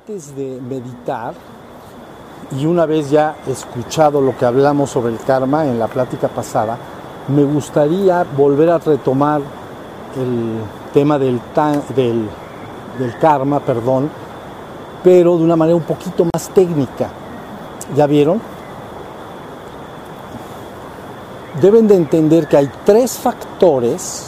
antes de meditar, y una vez ya escuchado lo que hablamos sobre el karma en la plática pasada, me gustaría volver a retomar el tema del karma, pero de una manera un poquito más técnica. ¿Ya vieron? Deben de entender que hay tres factores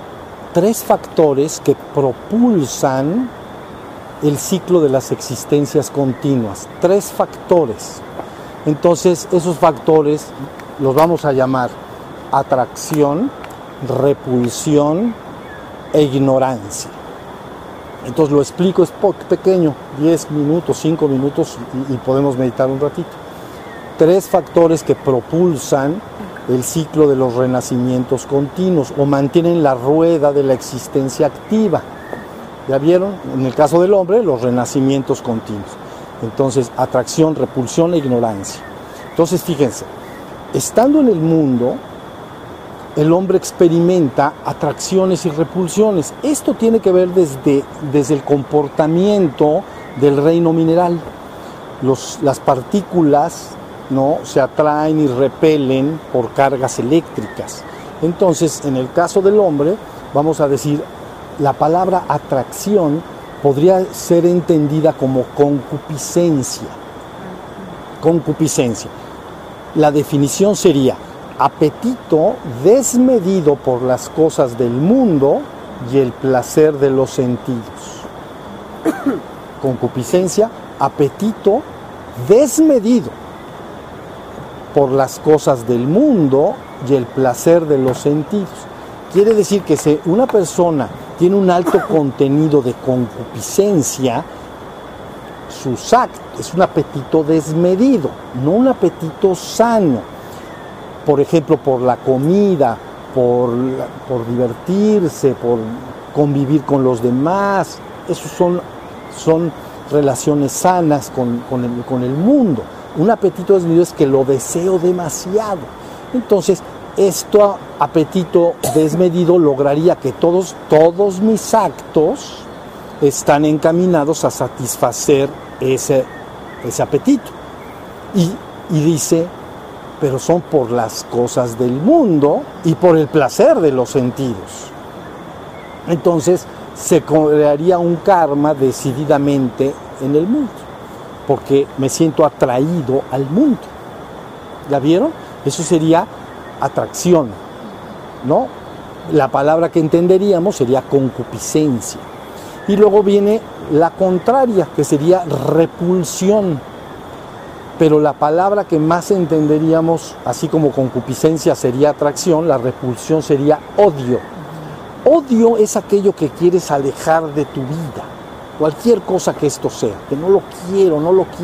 que propulsan el ciclo de las existencias continuas. Tres factores. Entonces, esos factores los vamos a llamar atracción, repulsión e ignorancia. Entonces lo explico, es pequeño, 10 minutos, 5 minutos y podemos meditar un ratito. Tres factores que propulsan el ciclo de los renacimientos continuos o mantienen la rueda de la existencia activa. ¿Ya vieron? En el caso del hombre, los renacimientos continuos. Entonces, atracción, repulsión e ignorancia. Entonces, fíjense, estando en el mundo, el hombre experimenta atracciones y repulsiones. Esto tiene que ver desde el comportamiento del reino mineral. Las partículas, ¿no?, se atraen y repelen por cargas eléctricas. Entonces, en el caso del hombre, vamos a decir, la palabra atracción podría ser entendida como concupiscencia. Concupiscencia. La definición sería apetito desmedido por las cosas del mundo y el placer de los sentidos. Concupiscencia, apetito desmedido por las cosas del mundo y el placer de los sentidos. Quiere decir que si una persona tiene un alto contenido de concupiscencia, sus actos es un apetito desmedido, no un apetito sano. Por ejemplo, por la comida, por divertirse, por convivir con los demás. Esos son relaciones sanas con el mundo. Un apetito desmedido es que lo deseo demasiado. Entonces, apetito desmedido lograría que todos mis actos están encaminados a satisfacer ese apetito. Y dice, pero son por las cosas del mundo y por el placer de los sentidos. Entonces, se crearía un karma decididamente en el mundo, porque me siento atraído al mundo. ¿Ya vieron? Eso sería atracción, ¿no? La palabra que entenderíamos sería concupiscencia. Y luego viene la contraria, que sería repulsión. Pero la palabra que más entenderíamos, así como concupiscencia sería atracción, la repulsión sería odio. Odio es aquello que quieres alejar de tu vida. Cualquier cosa que esto sea, que no lo quiero.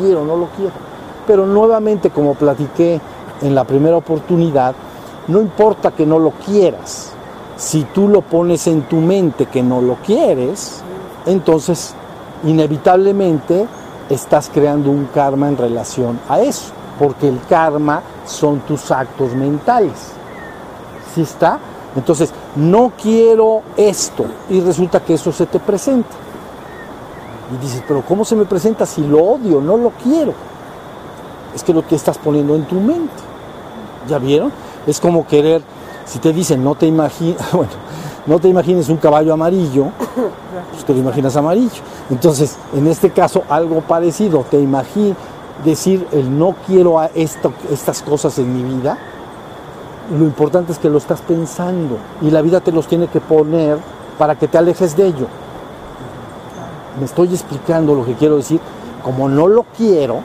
Pero nuevamente, como platiqué en la primera oportunidad, no importa que no lo quieras. Si tú lo pones en tu mente que no lo quieres, entonces inevitablemente estás creando un karma en relación a eso, porque el karma son tus actos mentales. ¿Sí está? Entonces, no quiero esto, y resulta que eso se te presenta. Y dices, pero ¿cómo se me presenta si lo odio, no lo quiero? Es que lo que estás poniendo en tu mente. ¿Ya vieron? Es como querer, si te dicen, no te imagines un caballo amarillo, pues te lo imaginas amarillo. Entonces, en este caso, algo parecido, te imaginas decir el no quiero a estas cosas en mi vida. Lo importante es que lo estás pensando y la vida te los tiene que poner para que te alejes de ello. Me estoy explicando lo que quiero decir. Como no lo quiero,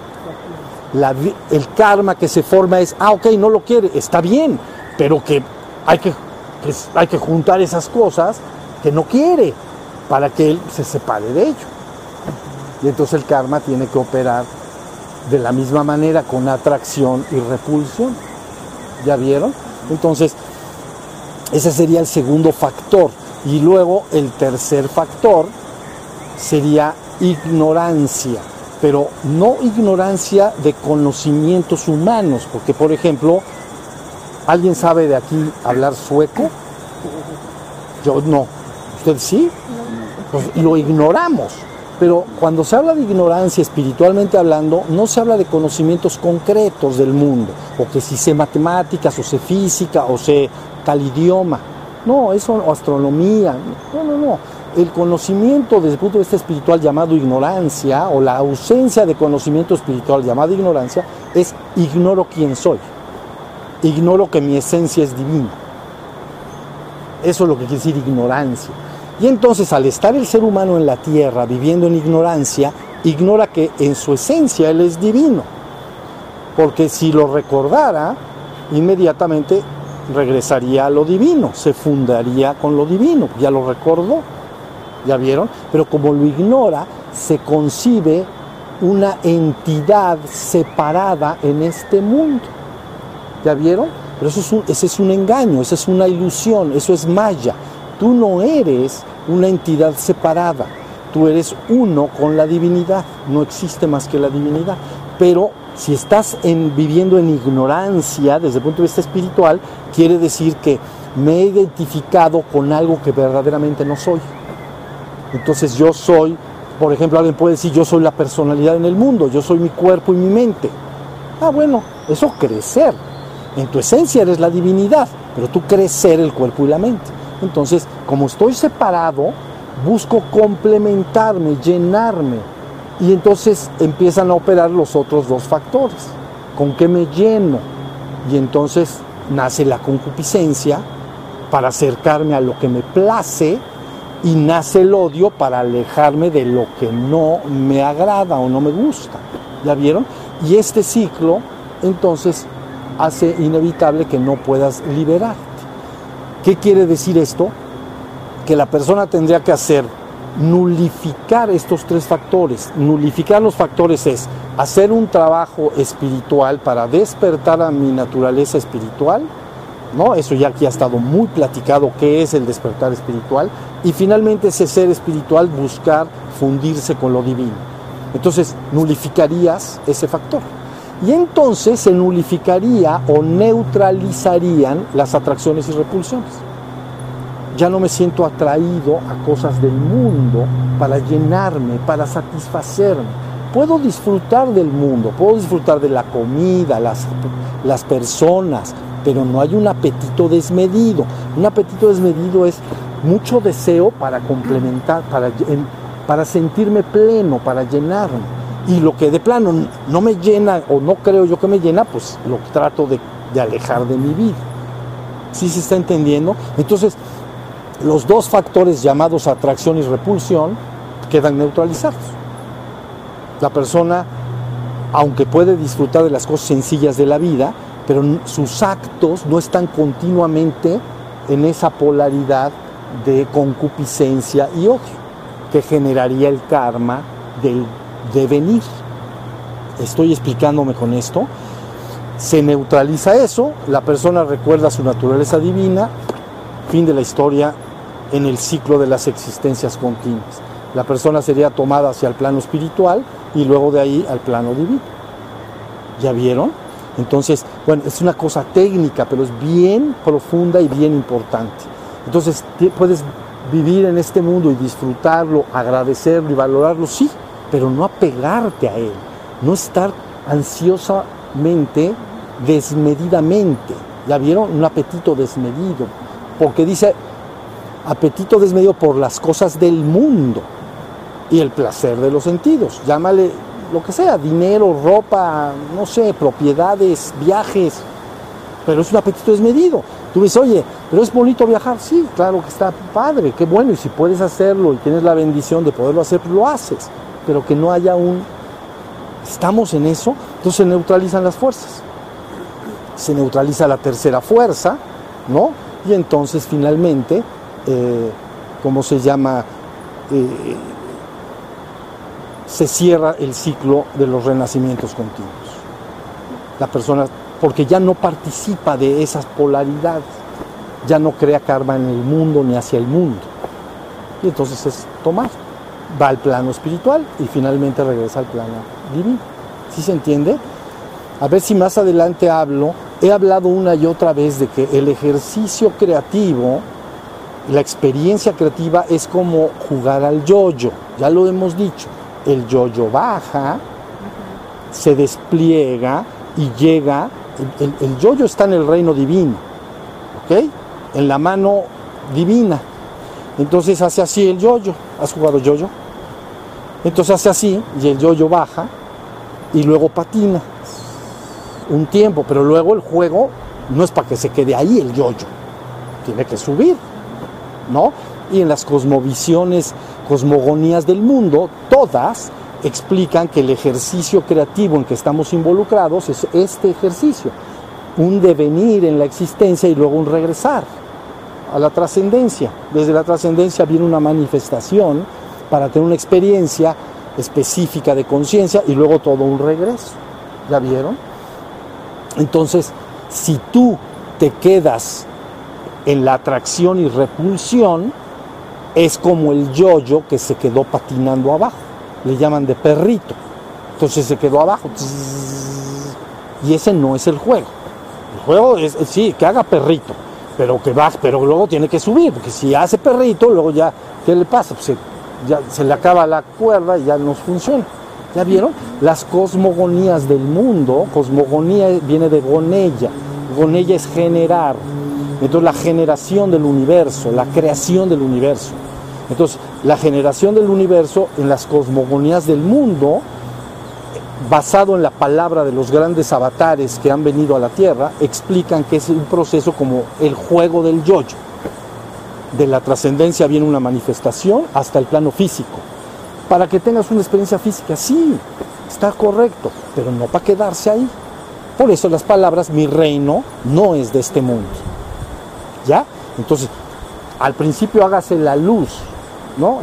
el karma que se forma es, ok, no lo quiere, está bien, pero que hay que juntar esas cosas que no quiere para que él se separe de ello. Y entonces el karma tiene que operar de la misma manera con atracción y repulsión. ¿Ya vieron? Entonces, ese sería el segundo factor. Y luego el tercer factor sería ignorancia, pero no ignorancia de conocimientos humanos, porque por ejemplo, ¿alguien sabe de aquí hablar sueco? Yo no. ¿Usted sí? Pues lo ignoramos, Pero cuando se habla de ignorancia espiritualmente hablando, no se habla de conocimientos concretos del mundo, o que si sé matemáticas, o sé física, o sé tal idioma. No, eso, o astronomía. No. El conocimiento desde el punto de vista espiritual llamado ignorancia, o la ausencia de conocimiento espiritual llamado ignorancia, es ignoro quién soy. Ignoro que mi esencia es divina. Eso es lo que quiere decir ignorancia. Y entonces, al estar el ser humano en la tierra viviendo en ignorancia, ignora que en su esencia él es divino. Porque si lo recordara, inmediatamente regresaría a lo divino, se fundaría con lo divino, ya lo recordó, ¿ya vieron? Pero como lo ignora, se concibe una entidad separada en este mundo, ¿ya vieron? Pero ese es un engaño, esa es una ilusión, eso es maya. Tú no eres una entidad separada, tú eres uno con la divinidad, no existe más que la divinidad. Pero si estás viviendo en ignorancia desde el punto de vista espiritual, quiere decir que me he identificado con algo que verdaderamente no soy. Entonces yo soy, por ejemplo, alguien puede decir, yo soy la personalidad en el mundo, yo soy mi cuerpo y mi mente. Ah, bueno, eso crees ser. En tu esencia eres la divinidad, pero tú crees ser el cuerpo y la mente. Entonces, como estoy separado, busco complementarme, llenarme. Y entonces empiezan a operar los otros dos factores. ¿Con qué me lleno? Y entonces nace la concupiscencia para acercarme a lo que me place, y nace el odio para alejarme de lo que no me agrada o no me gusta. ¿Ya vieron? Y este ciclo, entonces, hace inevitable que no puedas liberarte. ¿Qué quiere decir esto? Que la persona tendría que hacer nulificar estos tres factores. Nulificar los factores es hacer un trabajo espiritual para despertar a mi naturaleza espiritual, ¿no? Eso ya aquí ha estado muy platicado, qué es el despertar espiritual, y finalmente ese ser espiritual buscar fundirse con lo divino. Entonces nulificarías ese factor. Y entonces se nulificaría o neutralizarían las atracciones y repulsiones. Ya no me siento atraído a cosas del mundo para llenarme, para satisfacerme. Puedo disfrutar del mundo, puedo disfrutar de la comida, las personas, pero no hay un apetito desmedido. Un apetito desmedido es mucho deseo para complementar, para sentirme pleno, para llenarme. Y lo que de plano no me llena, o no creo yo que me llena, pues lo trato de alejar de mi vida. ¿Sí se está entendiendo? Entonces, los dos factores llamados atracción y repulsión quedan neutralizados. La persona, aunque puede disfrutar de las cosas sencillas de la vida, pero sus actos no están continuamente en esa polaridad de concupiscencia y odio, que generaría el karma del devenir. Estoy explicándome con esto. Se neutraliza eso, la persona recuerda su naturaleza divina, fin de la historia en el ciclo de las existencias continuas. La persona sería tomada hacia el plano espiritual y luego de ahí al plano divino. ¿Ya vieron? Entonces, bueno, es una cosa técnica, pero es bien profunda y bien importante. Entonces, puedes vivir en este mundo y disfrutarlo, agradecerlo y valorarlo, sí, pero no apegarte a él, no estar ansiosamente, desmedidamente. ¿Ya vieron? Un apetito desmedido, porque dice apetito desmedido por las cosas del mundo y el placer de los sentidos. Llámale lo que sea, dinero, ropa, no sé, propiedades, viajes, pero es un apetito desmedido. Tú dices, oye, pero es bonito viajar. Sí, claro que está padre, qué bueno, y si puedes hacerlo y tienes la bendición de poderlo hacer, pues lo haces, pero que no haya estamos en eso, entonces se neutralizan las fuerzas. Se neutraliza la tercera fuerza, ¿no? Y entonces finalmente, ¿cómo se llama? Se cierra el ciclo de los renacimientos continuos. La persona, porque ya no participa de esas polaridades, ya no crea karma en el mundo ni hacia el mundo. Y entonces es tomar, va al plano espiritual y finalmente regresa al plano divino. ¿Sí se entiende? A ver si más adelante he hablado una y otra vez de que el ejercicio creativo, la experiencia creativa es como jugar al yo-yo. ya lo hemos dicho, el yo-yo baja, se despliega y llega, el yo-yo está en el reino divino, ¿ok? En la mano divina. Entonces hace así el yo-yo. ¿Has jugado yo-yo? Entonces hace así y el yo-yo baja y luego patina un tiempo, pero luego el juego no es para que se quede ahí el yo-yo, tiene que subir, ¿no? Y en las cosmovisiones, cosmogonías del mundo, todas explican que el ejercicio creativo en que estamos involucrados es este ejercicio, un devenir en la existencia y luego un regresar a la trascendencia. Desde la trascendencia viene una manifestación para tener una experiencia específica de conciencia y luego todo un regreso. ¿Ya vieron? Entonces, si tú te quedas en la atracción y repulsión, es como el yo-yo que se quedó patinando abajo. Le llaman de perrito. Entonces se quedó abajo. Y ese no es el juego. El juego es, sí, que haga perrito, pero que baje, pero luego tiene que subir, porque si hace perrito, luego ya, ¿qué le pasa? Pues ya se le acaba la cuerda y ya no funciona. ¿Ya vieron? Las cosmogonías del mundo, cosmogonía viene de goneya. Goneya es generar. Entonces la generación del universo, la creación del universo. Entonces la generación del universo en las cosmogonías del mundo, basado en la palabra de los grandes avatares que han venido a la Tierra, explican que es un proceso como el juego del yo-yo. De la trascendencia viene una manifestación hasta el plano físico. Para que tengas una experiencia física, sí, está correcto, pero no para quedarse ahí. Por eso las palabras, mi reino no es de este mundo. ¿Ya? Entonces, al principio hágase la luz, ¿no?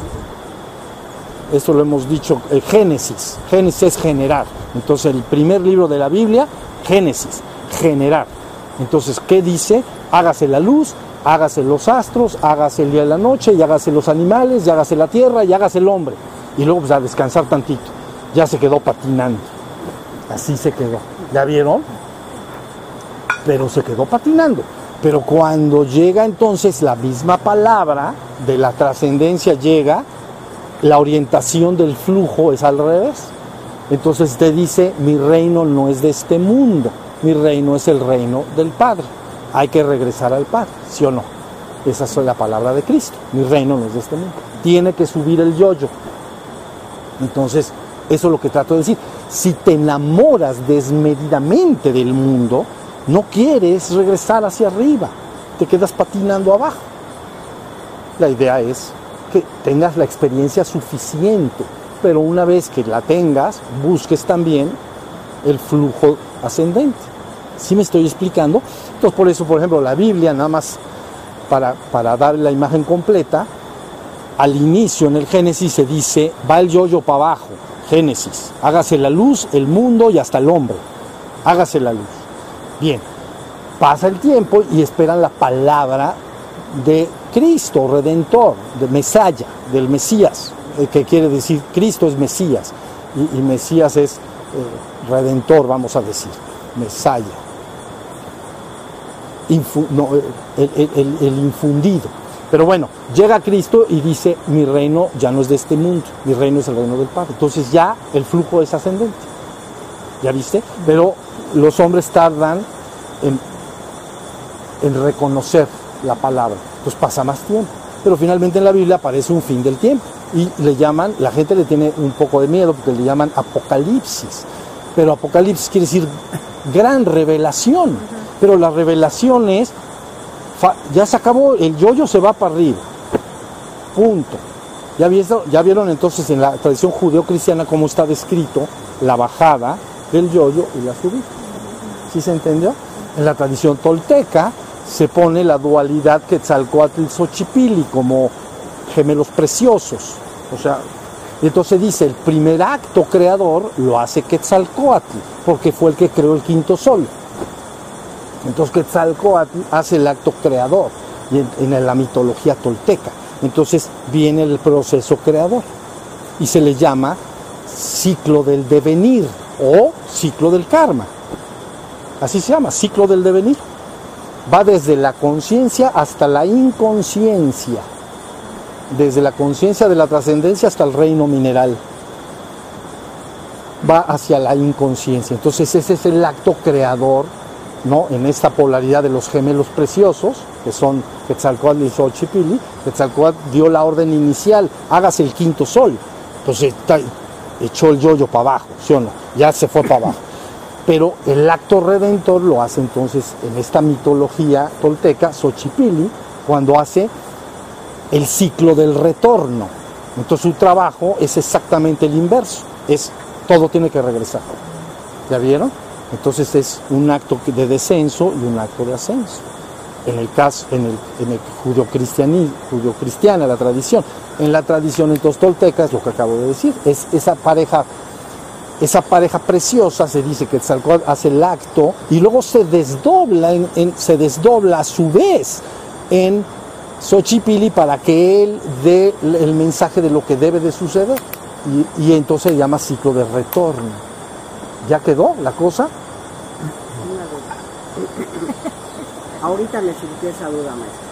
Eso lo hemos dicho, el Génesis. Génesis es generar. Entonces, el primer libro de la Biblia, Génesis, generar. Entonces, ¿qué dice? Hágase la luz, hágase los astros, hágase el día y la noche, y hágase los animales, y hágase la tierra, y hágase el hombre. Y luego, pues, a descansar tantito. Ya se quedó patinando. Así se quedó. ¿Ya vieron? Pero se quedó patinando. Pero cuando llega entonces la misma palabra de la trascendencia llega, la orientación del flujo es al revés. Entonces te dice, mi reino no es de este mundo, mi reino es el reino del Padre. Hay que regresar al Padre, ¿sí o no? Esa es la palabra de Cristo, mi reino no es de este mundo. Tiene que subir el yo-yo. Entonces, eso es lo que trato de decir. Si te enamoras desmedidamente del mundo, no quieres regresar hacia arriba, te quedas patinando abajo. La idea es que tengas la experiencia suficiente, pero una vez que la tengas, busques también el flujo ascendente. ¿Sí me estoy explicando? Entonces, por eso, por ejemplo, la Biblia, nada más para dar la imagen completa, al inicio en el Génesis se dice, va el yo-yo para abajo, Génesis, hágase la luz, el mundo y hasta el hombre, hágase la luz. Bien, pasa el tiempo y esperan la palabra de Cristo, Redentor, de Mesaya, del Mesías, que quiere decir Cristo es Mesías y Mesías es Redentor, vamos a decir, Mesaya, el infundido. Pero bueno, llega Cristo y dice, mi reino ya no es de este mundo, mi reino es el reino del Padre. Entonces ya el flujo es ascendente, ¿ya viste? Pero los hombres tardan en reconocer la palabra, pues pasa más tiempo, pero finalmente en la Biblia aparece un fin del tiempo y le llaman, la gente le tiene un poco de miedo porque le llaman Apocalipsis, pero Apocalipsis quiere decir gran revelación, pero la revelación es, ya se acabó, el yo-yo se va para arriba, punto. Ya vieron entonces en la tradición judeo-cristiana cómo está descrito la bajada del yo-yo y la subida. ¿Sí se entendió? En la tradición tolteca se pone la dualidad Quetzalcóatl y Xochipilli como gemelos preciosos. O sea, entonces dice, el primer acto creador lo hace Quetzalcóatl, porque fue el que creó el quinto sol. Entonces Quetzalcóatl hace el acto creador y en la mitología tolteca. Entonces viene el proceso creador y se le llama ciclo del devenir o ciclo del karma. Así se llama, ciclo del devenir. Va desde la conciencia hasta la inconsciencia. desde la conciencia de la trascendencia hasta el reino mineral. Va hacia la inconsciencia. Entonces ese es el acto creador, ¿no? En esta polaridad de los gemelos preciosos, que son Quetzalcóatl y Xochipilli. Quetzalcóatl dio la orden inicial, hágase el quinto sol. Entonces echó el yoyo para abajo, ¿sí o no? Ya se fue para abajo. Pero el acto redentor lo hace entonces en esta mitología tolteca, Xochipilli, cuando hace el ciclo del retorno. Entonces su trabajo es exactamente el inverso, todo tiene que regresar. ¿Ya vieron? Entonces es un acto de descenso y un acto de ascenso. En el caso, en el judio-cristiana, la tradición. En la tradición entonces tolteca, es lo que acabo de decir, es esa pareja preciosa, se dice que Quetzalcóatl hace el acto y luego se desdobla, se desdobla a su vez en Xochipilli para que él dé el mensaje de lo que debe de suceder. Y entonces se llama ciclo de retorno. ¿Ya quedó la cosa? Una duda. Ahorita me surgió esa duda, maestro.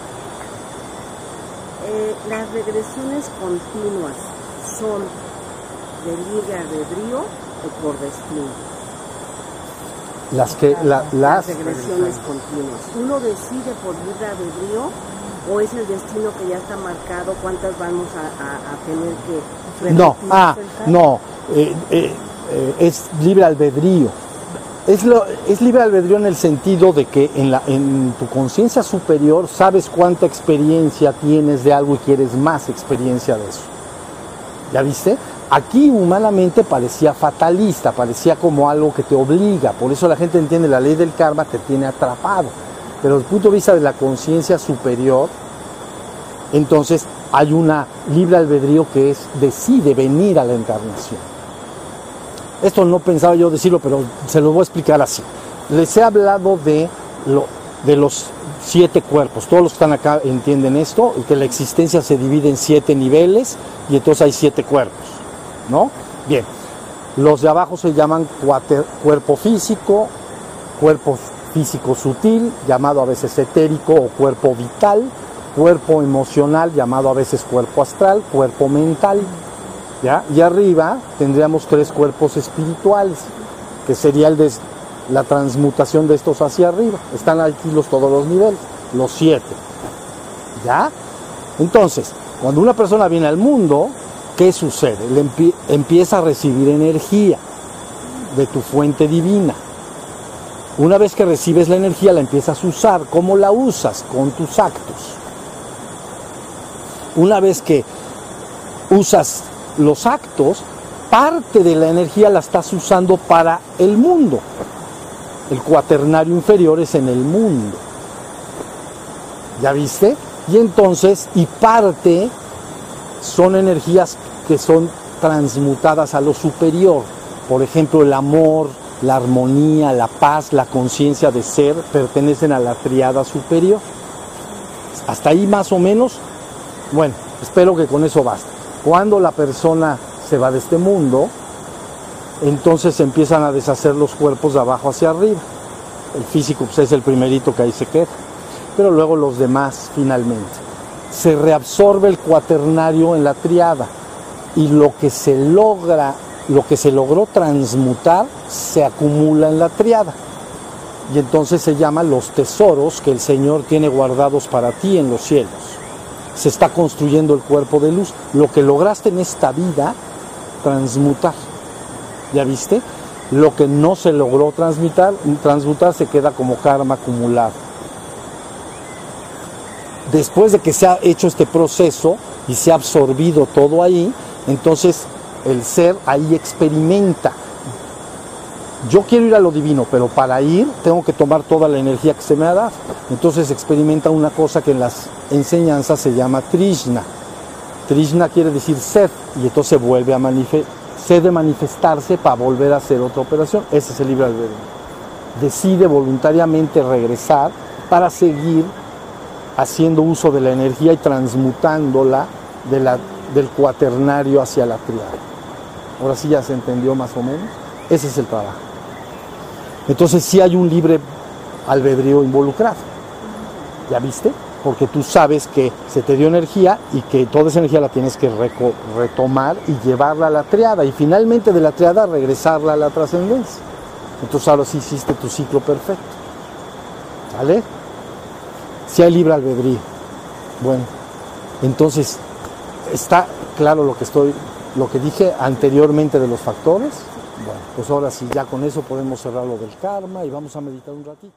¿Las regresiones continuas son de libre albedrío o por destino? Las regresiones continuas. ¿Uno decide por libre albedrío o es el destino que ya está marcado? ¿Cuántas vamos a tener que repetir? No, es libre albedrío. Es libre albedrío en el sentido de que en tu conciencia superior sabes cuánta experiencia tienes de algo y quieres más experiencia de eso. ¿Ya viste? Aquí humanamente parecía fatalista, parecía como algo que te obliga. Por eso la gente entiende la ley del karma, te tiene atrapado. Pero desde el punto de vista de la conciencia superior, entonces hay una libre albedrío que decide venir a la encarnación. Esto no pensaba yo decirlo, pero se lo voy a explicar así. Les he hablado de los 7 cuerpos. Todos los que están acá entienden esto, y que la existencia se divide en 7 niveles y entonces hay 7 cuerpos, ¿no? Bien, los de abajo se llaman cuerpo físico sutil, llamado a veces etérico o cuerpo vital, cuerpo emocional, llamado a veces cuerpo astral, cuerpo mental. ¿Ya? Y arriba tendríamos 3 cuerpos espirituales, que sería la transmutación de estos hacia arriba. Están aquí todos los niveles, los 7. ¿Ya? Entonces, cuando una persona viene al mundo, ¿qué sucede? Empieza a recibir energía de tu fuente divina. Una vez que recibes la energía, la empiezas a usar. ¿Cómo la usas? Con tus actos. Una vez que usas los actos, parte de la energía la estás usando para el mundo. El cuaternario inferior es en el mundo. ¿Ya viste? Y entonces, parte son energías que son transmutadas a lo superior. Por ejemplo, el amor, la armonía, la paz, la conciencia de ser, pertenecen a la tríada superior. Hasta ahí más o menos. Bueno, espero que con eso basta. Cuando la persona se va de este mundo, entonces empiezan a deshacer los cuerpos de abajo hacia arriba. El físico pues, es el primerito que ahí se queda, pero luego los demás finalmente. Se reabsorbe el cuaternario en la triada y lo que se logró transmutar se acumula en la triada. Y entonces se llaman los tesoros que el Señor tiene guardados para ti en los cielos. Se está construyendo el cuerpo de luz. Lo que lograste en esta vida, transmutar. ¿Ya viste? Lo que no se logró transmutar se queda como karma acumulado. Después de que se ha hecho este proceso y se ha absorbido todo ahí, entonces el ser ahí experimenta. Yo quiero ir a lo divino, pero para ir tengo que tomar toda la energía que se me ha dado. Entonces experimenta una cosa que en las enseñanzas se llama Trishna. Trishna quiere decir sed, y entonces vuelve a sed de manifestarse para volver a hacer otra operación. Ese es el libre albedrío. Decide voluntariamente regresar para seguir haciendo uso de la energía y transmutándola del cuaternario hacia la triada. Ahora sí ya se entendió más o menos. Ese es el trabajo. Entonces sí hay un libre albedrío involucrado. ¿Ya viste? porque tú sabes que se te dio energía y que toda esa energía la tienes que retomar y llevarla a la triada, y finalmente de la triada regresarla a la trascendencia. Entonces ahora sí hiciste tu ciclo perfecto. ¿Vale? Si hay libre albedrío. Bueno, entonces, ¿está claro lo que dije anteriormente de los factores? Bueno, pues ahora sí, ya con eso podemos cerrar lo del karma y vamos a meditar un ratito.